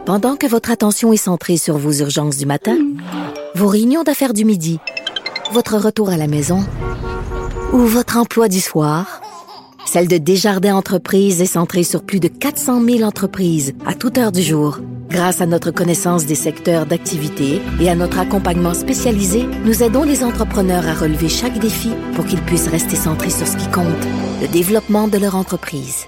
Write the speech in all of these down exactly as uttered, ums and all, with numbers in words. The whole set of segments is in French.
Pendant que votre attention est centrée sur vos urgences du matin, vos réunions d'affaires du midi, votre retour à la maison ou votre emploi du soir, celle de Desjardins Entreprises est centrée sur plus de quatre cent mille entreprises à toute heure du jour. Grâce à notre connaissance des secteurs d'activité et à notre accompagnement spécialisé, nous aidons les entrepreneurs à relever chaque défi pour qu'ils puissent rester centrés sur ce qui compte, le développement de leur entreprise.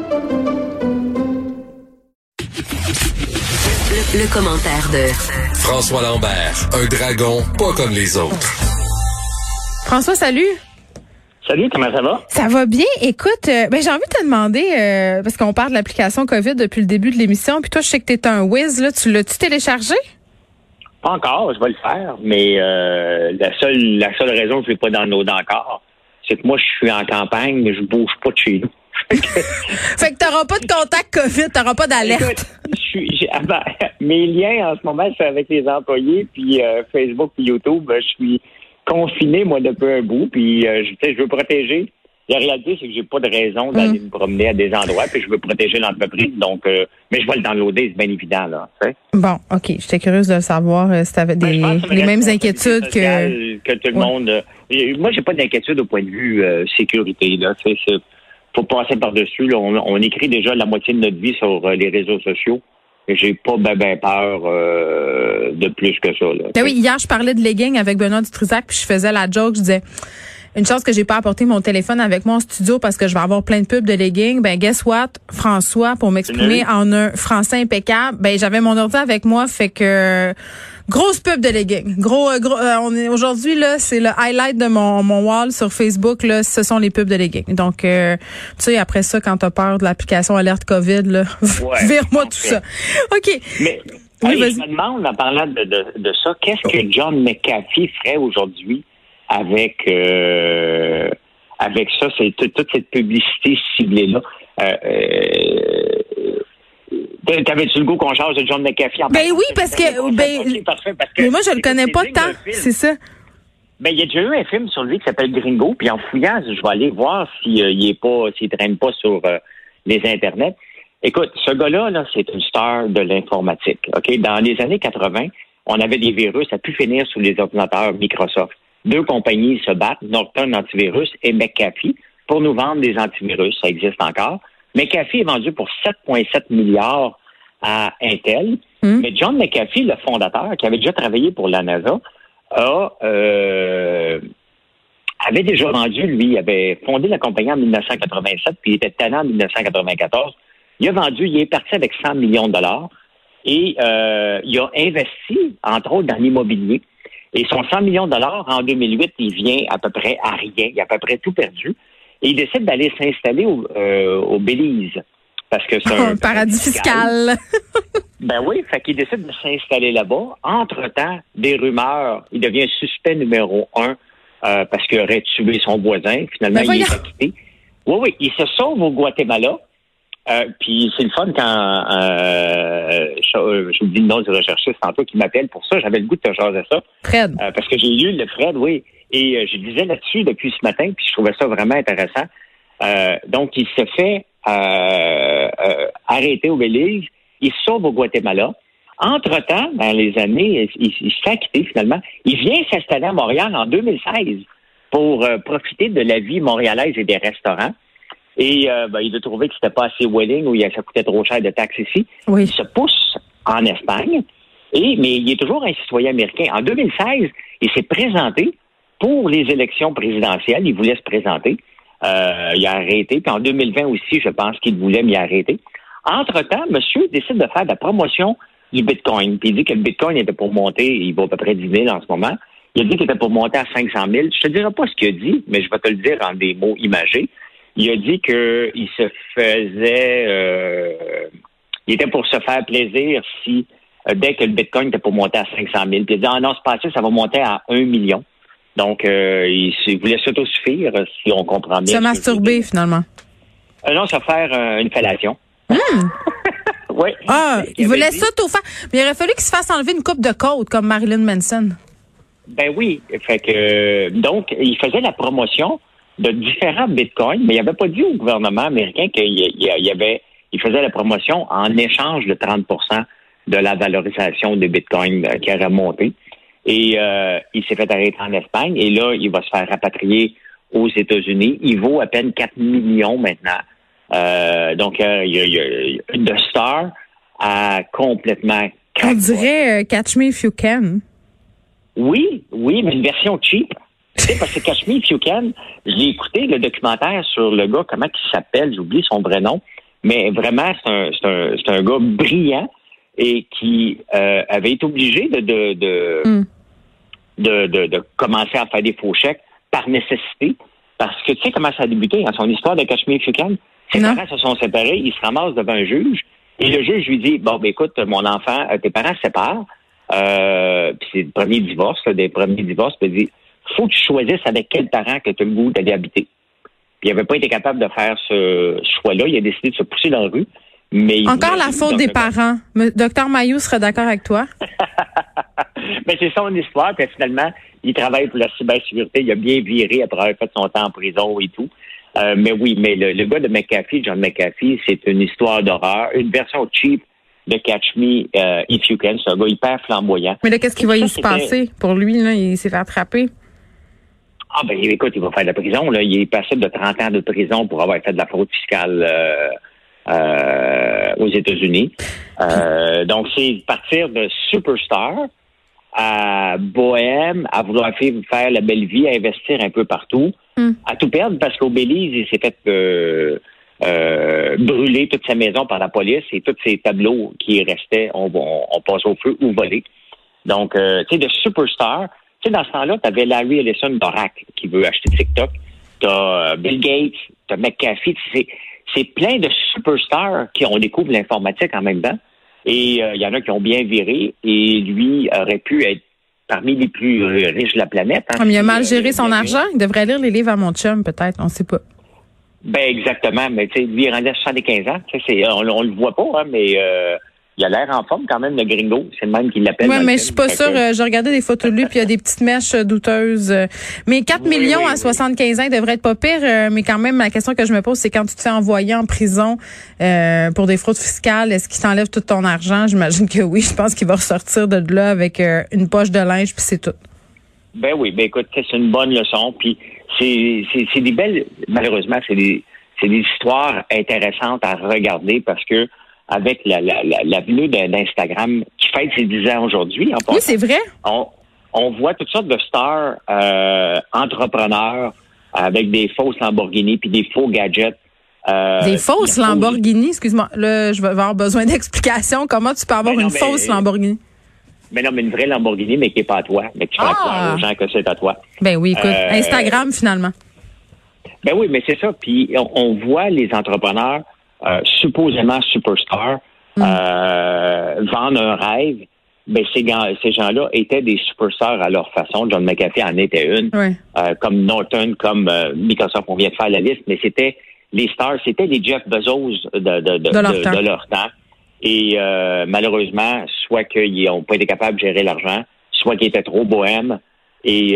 Le, le commentaire de François Lambert, un dragon pas comme les autres. François, salut. Salut, comment ça va? Ça va bien. Écoute, euh, ben j'ai envie de te demander, euh, parce qu'on parle de l'application COVID depuis le début de l'émission, puis toi, je sais que t'es un whiz, là, tu l'as-tu téléchargé? Pas encore, je vais le faire, mais euh, la seule la seule raison que je ne l'ai pas downloadé encore, c'est que moi, je suis en campagne, mais je bouge pas de chez nous. Fait que t'auras pas de contact COVID, t'auras pas d'alerte. Écoute, je suis, j'ai, ah ben, mes liens en ce moment, c'est avec les employés, puis euh, Facebook, puis YouTube, ben, je suis confiné, moi, depuis un bout, puis euh, je, je veux protéger. La réalité, c'est que j'ai pas de raison d'aller mm. me promener à des endroits, puis je veux protéger l'entreprise, donc, euh, mais je vais le downloader, c'est bien évident, là. Tu sais. Bon, OK, j'étais curieuse de savoir euh, si tu avais des, ben, les mêmes inquiétudes que... que tout le ouais. monde... Euh, moi, j'ai pas d'inquiétude au point de vue euh, sécurité, là. C'est, c'est, faut passer par-dessus, là. On, on écrit déjà la moitié de notre vie sur euh, les réseaux sociaux. J'ai pas ben, ben peur euh, de plus que ça. Là. Ben oui, hier, je parlais de leggings avec Benoît Dutrisac, puis je faisais la joke, je disais, une chance que j'ai pas apporté mon téléphone avec moi en studio parce que je vais avoir plein de pubs de leggings. Ben, guess what, François, pour m'exprimer en un français impeccable, ben, j'avais mon ordi avec moi, fait que, grosse pub de leggings. Gros, gros, euh, on est, aujourd'hui, là, c'est le highlight de mon, mon wall sur Facebook, là, ce sont les pubs de leggings. Donc, euh, tu sais, après ça, quand t'as peur de l'application Alerte COVID, là, ouais, vire-moi tout ça. OK. Mais, oui, hey, je me demande, en parlant de, de, de ça, qu'est-ce que John McAfee ferait aujourd'hui avec, euh, avec ça, c'est toute, toute cette publicité ciblée-là? Euh, euh, T'avais-tu le goût qu'on change de John McAfee en Ben oui, parce que, ben, okay, parfait, parce que... Mais moi, je le connais pas tant, c'est ça. Ben, il y a déjà eu un film sur lui qui s'appelle Gringo, puis en fouillant, je vais aller voir s'il euh, est pas, s'il traîne pas sur euh, les internets. Écoute, ce gars-là, là, c'est une star de l'informatique. Ok, dans les années quatre-vingts, on avait des virus à pu finir sous les ordinateurs Microsoft. Deux compagnies se battent, Norton Antivirus et McAfee, pour nous vendre des antivirus. Ça existe encore. McAfee est vendu pour sept virgule sept milliards à Intel. Mmh. Mais John McAfee, le fondateur, qui avait déjà travaillé pour la NASA, a, euh, avait déjà vendu, lui, il avait fondé la compagnie en dix-neuf cent quatre-vingt-sept, puis il était talent en dix-neuf cent quatre-vingt-quatorze. Il a vendu, il est parti avec cent millions de dollars et euh, il a investi, entre autres, dans l'immobilier. Et son cent millions de dollars, en deux mille huit, il vient à peu près à rien. Il a à peu près tout perdu. Et il décide d'aller s'installer au, euh, au Belize. Parce que c'est un, un paradis fiscal. fiscal. Ben oui, fait qu'il décide de s'installer là-bas. Entre-temps, des rumeurs, il devient suspect numéro un euh, parce qu'il aurait tué son voisin. Finalement, ben il est acquitté. Oui, oui, il se sauve au Guatemala. Euh, puis c'est le fun quand euh, je, je vous dis le nom du recherchiste tantôt qui m'appelle pour ça. J'avais le goût de te jaser ça. Fred. Euh, parce que j'ai lu le Fred, oui. Et euh, je disais là-dessus depuis ce matin, puis je trouvais ça vraiment intéressant. Euh, donc, il se fait euh, euh, arrêter au Belize. Il se sauve au Guatemala. Entre-temps, dans les années, il, il s'est acquitté finalement. Il vient s'installer à Montréal en deux mille seize pour euh, profiter de la vie montréalaise et des restaurants. Et euh, ben, il a trouvé que c'était pas assez willing ou ça coûtait trop cher de taxes ici. Oui. Il se pousse en Espagne. Et, mais il est toujours un citoyen américain. En deux mille seize, il s'est présenté pour les élections présidentielles. Il voulait se présenter. Euh, il a arrêté. Puis en deux mille vingt aussi, je pense qu'il voulait, mais il a arrêté. Entre-temps, monsieur décide de faire de la promotion du Bitcoin. Puis il dit que le Bitcoin était pour monter, il vaut à peu près dix mille en ce moment. Il a dit qu'il était pour monter à cinq cent mille. Je te dirai pas ce qu'il a dit, mais je vais te le dire en des mots imagés. Il a dit qu'il se faisait... Euh, il était pour se faire plaisir si, euh, dès que le Bitcoin était pour monter à cinq cent mille. Puis il a dit, ah non, c'est pas ça, ça va monter à un million. Donc, euh, il, il voulait s'autosuffire, si on comprend bien. Se masturber, finalement. Euh, non, se faire euh, une fellation. Mmh. Oui. Ah, il, il voulait dit... s'auto-faire. Mais il aurait fallu qu'il se fasse enlever une coupe de côte, comme Marilyn Manson. Ben oui. Fait que, donc, il faisait la promotion de différents bitcoins, mais il n'avait pas dit au gouvernement américain qu'il y avait, il faisait la promotion en échange de trente pour cent de la valorisation de Bitcoin euh, qui a remonté. Et euh, il s'est fait arrêter en Espagne. Et là, il va se faire rapatrier aux États-Unis. Il vaut à peine quatre millions maintenant. Euh, donc, euh, il y a, il y a, il y a The Star a complètement... On dirait euh, Catch Me If You Can. Oui, oui, mais une version cheap. Tu sais, parce que Catch Me If You Can, j'ai écouté le documentaire sur le gars, comment il s'appelle, j'oublie son vrai nom, mais vraiment, c'est un, c'est un, c'est un gars brillant et qui euh, avait été obligé de de de, mm. de de de commencer à faire des faux chèques par nécessité. Parce que tu sais comment ça a débuté, hein, son histoire de Catch Me If You Can. Ses non. parents se sont séparés, il se ramasse devant un juge, et le juge lui dit, bon, ben écoute, mon enfant, tes parents se séparent, euh, puis c'est le premier divorce, là, des premiers divorces, puis il dit, faut que tu choisisses avec quel parent que tu as le goût d'aller habiter. Puis il n'avait pas été capable de faire ce choix-là, il a décidé de se pousser dans la rue. Mais encore la faute des parents. Docteur Mailloux serait d'accord avec toi? Mais c'est son histoire, puis finalement, il travaille pour la cybersécurité, il a bien viré après avoir fait son temps en prison et tout. Euh, mais oui, mais le, le gars de McAfee, John McAfee, c'est une histoire d'horreur, une version cheap de Catch Me uh, If You Can. C'est un gars hyper flamboyant. Mais là, qu'est-ce qui va y se passer pour lui? Là? Il s'est fait attraper. Ah ben écoute, il va faire de la prison. Là. Il est passible de trente ans de prison pour avoir fait de la fraude fiscale euh, euh, aux États-Unis. Euh, donc, c'est partir de superstar à bohème, à vouloir faire la belle vie, à investir un peu partout, mm. à tout perdre parce qu'au Belize, il s'est fait euh, euh, brûler toute sa maison par la police et tous ses tableaux qui restaient, on, on, on passe au feu ou volés. Donc, euh, tu sais, de superstar, tu sais, dans ce temps-là, tu avais Larry Ellison d'Oracle qui veut acheter TikTok, t'as Bill Gates, t'as McAfee, c'est, c'est plein de superstars qui on découvre l'informatique en même temps. Et il euh, y en a qui ont bien viré. Et lui aurait pu être parmi les plus riches de la planète. Hein, Comme il a mal géré son argent, il devrait lire les livres à mon chum, peut-être. On ne sait pas. Ben exactement. Mais tu sais, lui, il rendait soixante-quinze ans. C'est, on, on le voit pas, hein, mais euh, il a l'air en forme quand même, le gringo. C'est le même qui l'appelle. Oui, mais je suis pas sûre. Euh, j'ai regardé des photos de lui, puis il y a des petites mèches douteuses. Mais quatre oui, millions oui, à soixante-quinze ans, il devrait être pas pire. Euh, mais quand même, la question que je me pose, c'est quand tu te fais envoyer en prison euh, pour des fraudes fiscales, est-ce qu'il t'enlève tout ton argent? J'imagine que oui. Je pense qu'il va ressortir de là avec euh, une poche de linge, puis c'est tout. Ben oui, ben écoute, c'est une bonne leçon. Puis c'est, c'est, c'est des belles, malheureusement, c'est des, c'est des histoires intéressantes à regarder parce que avec la, la, la, la venue d'Instagram qui fête ses dix ans aujourd'hui. En oui, c'est vrai. On, on voit toutes sortes de stars euh, entrepreneurs avec des fausses Lamborghini puis des faux gadgets. Euh, des fausses Lamborghini? Excuse-moi, là, je vais avoir besoin d'explications. Comment tu peux avoir ben non, une mais, fausse Lamborghini? Mais non, mais une vraie Lamborghini, mais qui n'est pas à toi. Mais que tu fais ah. croire aux gens que c'est à toi. Ben oui, écoute, euh, Instagram, finalement. Ben oui, mais c'est ça. Puis on, on voit les entrepreneurs Euh, supposément superstars, mm. euh, vendre un rêve, ben ces, gars, ces gens-là étaient des superstars à leur façon. John McAfee en était une, oui. euh, comme Norton, comme euh, Microsoft, on vient de faire la liste, mais c'était les stars, c'était les Jeff Bezos de, de, de, de, leur, de, temps. de leur temps. Et euh, malheureusement, soit qu'ils n'ont pas été capables de gérer l'argent, soit qu'ils étaient trop bohèmes. Et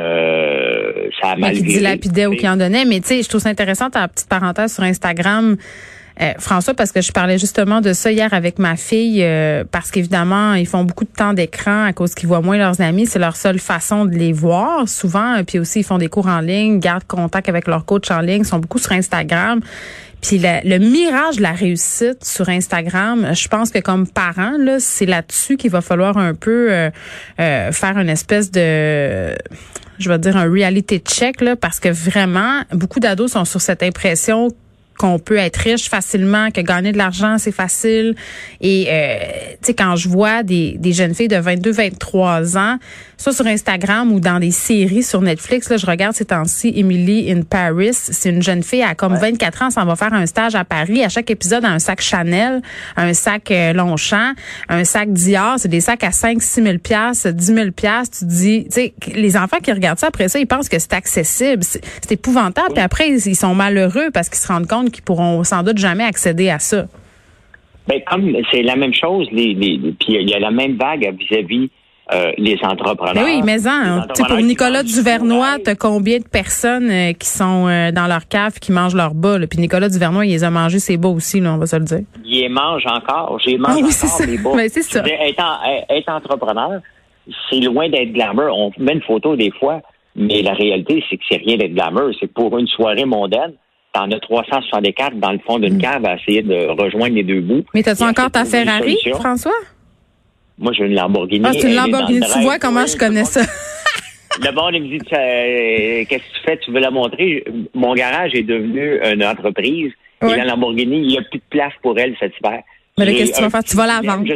euh, ça a mal viré. Qui dilapidait ou qui en donnait. Mais tu sais, je trouve ça intéressant ta petite parenthèse sur Instagram. Euh, François, parce que je parlais justement de ça hier avec ma fille, euh, parce qu'évidemment, ils font beaucoup de temps d'écran à cause qu'ils voient moins leurs amis. C'est leur seule façon de les voir, souvent. Puis aussi, ils font des cours en ligne, gardent contact avec leur coach en ligne, sont beaucoup sur Instagram. Puis le, le mirage de la réussite sur Instagram, je pense que comme parent, là, c'est là-dessus qu'il va falloir un peu euh, euh, faire une espèce de... je vais dire un reality check, là, parce que vraiment, beaucoup d'ados sont sur cette impression qu'on peut être riche facilement, que gagner de l'argent, c'est facile. Et, euh, tu sais, quand je vois des, des jeunes filles de vingt-deux, vingt-trois ans, soit sur Instagram ou dans des séries sur Netflix, là, je regarde ces temps-ci Emily in Paris. C'est une jeune fille à comme ouais. vingt-quatre ans, s'en va faire un stage à Paris. À chaque épisode, un sac Chanel, un sac euh, Longchamp, un sac Dior. C'est des sacs à cinq, six mille piastres, dix mille piastres. Tu te dis, tu sais, les enfants qui regardent ça, après ça, ils pensent que c'est accessible. C'est, c'est épouvantable. Puis après, ils, ils sont malheureux parce qu'ils se rendent compte qu'ils pourront sans doute jamais accéder à ça. Ben comme c'est la même chose, les, les, puis il y a la même vague vis-à-vis euh, les entrepreneurs. Mais oui, mais en, tu sais, pour Nicolas Duvernois, t'as combien de personnes euh, qui sont euh, dans leur cave, qui mangent leurs bas, là? Puis Nicolas Duvernois, il les a mangés ses bas aussi, là, on va se le dire. Il les mange encore. J'ai mangé ah, oui, encore mes bas. Ben, c'est ça. Être, en, être entrepreneur, c'est loin d'être glamour. On met une photo des fois, mais la réalité, c'est que c'est rien d'être glamour. C'est pour une soirée mondaine. T'en as trois cent soixante-quatre dans le fond d'une cave à essayer de rejoindre les deux bouts. Mais t'as-tu encore ta Ferrari, François? Moi, j'ai une Lamborghini. Ah, c'est une Lamborghini. Tu vois comment je connais ça. Le monde, il me dit, euh, qu'est-ce que tu fais? Tu veux la montrer? Mon garage est devenu une entreprise. Ouais. Et la Lamborghini, il n'y a plus de place pour elle cet hiver. Mais là, qu'est-ce que tu vas faire? Tu vas la vendre?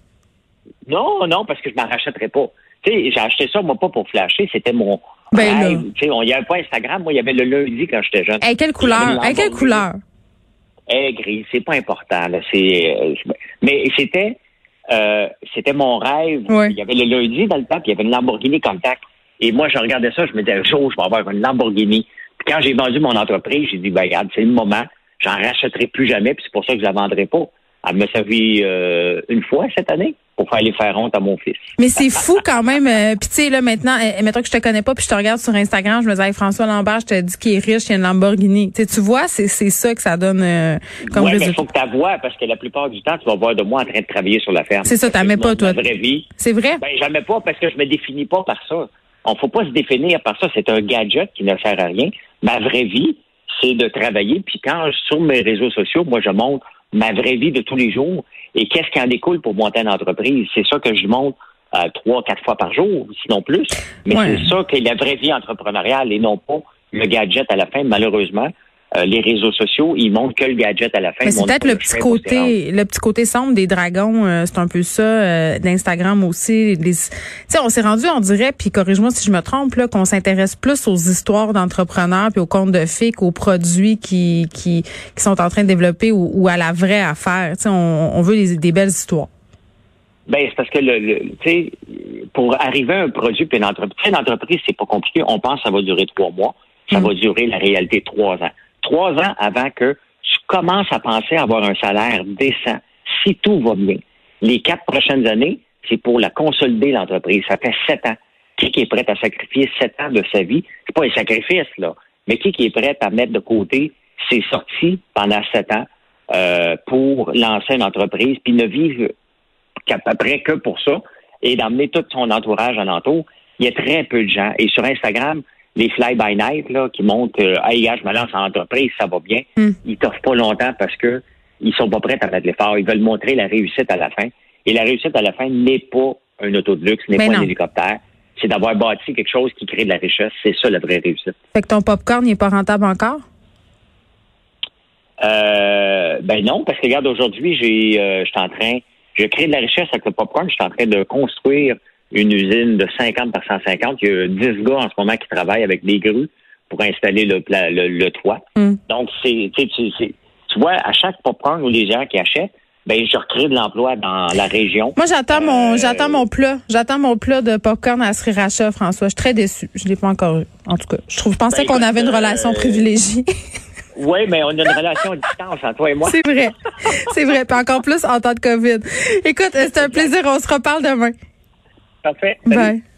Non, non, parce que je m'en rachèterai pas. Tu sais, j'ai acheté ça, moi, pas pour flasher. C'était mon... Ben rêve. Tu sais, il n'y avait pas Instagram. Moi, il y avait le lundi quand j'étais jeune. Hey, quelle couleur? Hey, quelle couleur? Eh, gris. C'est pas important, là. C'est, euh, mais c'était... Euh, c'était mon rêve. Ouais. Il y avait le lundi dans le temps, puis il y avait une Lamborghini Contact. Et moi, je regardais ça, je me disais, un jour, je vais avoir une Lamborghini. Puis quand j'ai vendu mon entreprise, j'ai dit, ben regarde, c'est le moment, j'en rachèterai plus jamais, puis c'est pour ça que je la vendrai pas. Elle m'a servi euh, une fois cette année pour faire les faire honte à mon fils. Mais c'est fou quand même. Euh, puis tu sais, là, maintenant, euh, mettons que je te connais pas, puis je te regarde sur Instagram, je me dis, hey, François Lambert, je te dis qu'il est riche, il y a une Lamborghini. T'sais, tu vois, c'est c'est ça que ça donne euh, comme ouais, résultat. Mais il faut que tu la vois, parce que la plupart du temps, tu vas voir de moi en train de travailler sur la ferme. C'est ça, t'aimais pas, toi. Ma vraie vie. C'est vrai? Ben, j'aimais pas parce que je me définis pas par ça. On faut pas se définir par ça. C'est un gadget qui ne sert à rien. Ma vraie vie, c'est de travailler. Puis quand, sur mes réseaux sociaux, moi, je montre ma vraie vie de tous les jours. Et qu'est-ce qui en découle pour monter une entreprise? C'est ça que je montre euh, trois, quatre fois par jour, sinon plus. Mais ouais. C'est ça que la vraie vie entrepreneuriale et non pas le gadget à la fin. Malheureusement, euh, les réseaux sociaux, ils montrent que le gadget à la fin. Mais c'est peut-être le petit côté, le petit côté sombre des dragons. Euh, c'est un peu ça euh, d'Instagram aussi. Tu sais, on s'est rendu, on dirait, puis corrige-moi si je me trompe, là, qu'on s'intéresse plus aux histoires d'entrepreneurs puis aux contes de fées qu'aux produits qui qui qui sont en train de développer ou, ou à la vraie affaire. Tu sais, on, on veut des, des belles histoires. Ben c'est parce que le, le tu sais, pour arriver à un produit puis une entreprise, une entreprise c'est pas compliqué. On pense que ça va durer trois mois. Ça mmh. va durer la réalité trois ans. Trois ans avant que tu commences à penser à avoir un salaire décent, si tout va bien. Les quatre prochaines années, c'est pour la consolider, l'entreprise. Ça fait sept ans. Qui est prêt à sacrifier sept ans de sa vie? C'est pas un sacrifice, là. Mais qui est prêt à mettre de côté ses sorties pendant sept ans euh, pour lancer une entreprise, puis ne vivre qu'à peu près que pour ça, et d'emmener tout son entourage alentour? Il y a très peu de gens. Et sur Instagram, les fly-by-night là qui montrent euh, « Hey, gars, je me lance en entreprise, ça va bien mm. », ils t'offrent pas longtemps parce que ils sont pas prêts à mettre l'effort. Ils veulent montrer la réussite à la fin. Et la réussite à la fin n'est pas un auto de luxe, n'est ben pas non. un hélicoptère. C'est d'avoir bâti quelque chose qui crée de la richesse. C'est ça, la vraie réussite. Fait que ton popcorn n'est pas rentable encore? Euh, ben non, parce que regarde, aujourd'hui, j'ai, euh, je suis en train, je crée de la richesse avec le popcorn. Je suis en train de construire une usine de cinquante par cent cinquante. Il y a dix gars en ce moment qui travaillent avec des grues pour installer le, le, le toit. Mm. Donc, c'est, tu, c'est, tu vois, à chaque popcorn ou les gens qui achètent, ben je recrée de l'emploi dans la région. Moi, j'attends euh, mon j'attends mon plat. J'attends mon plat de popcorn à Sriracha, François. Je suis très déçue. Je l'ai pas encore eu. En tout cas, je trouve, je pensais ben, qu'on écoute, avait une relation euh, privilégiée. Oui, mais on a une relation à distance entre toi et moi. C'est vrai. C'est vrai. Puis encore plus en temps de COVID. Écoute, c'est un plaisir. On se reparle demain. Parfait. Bye.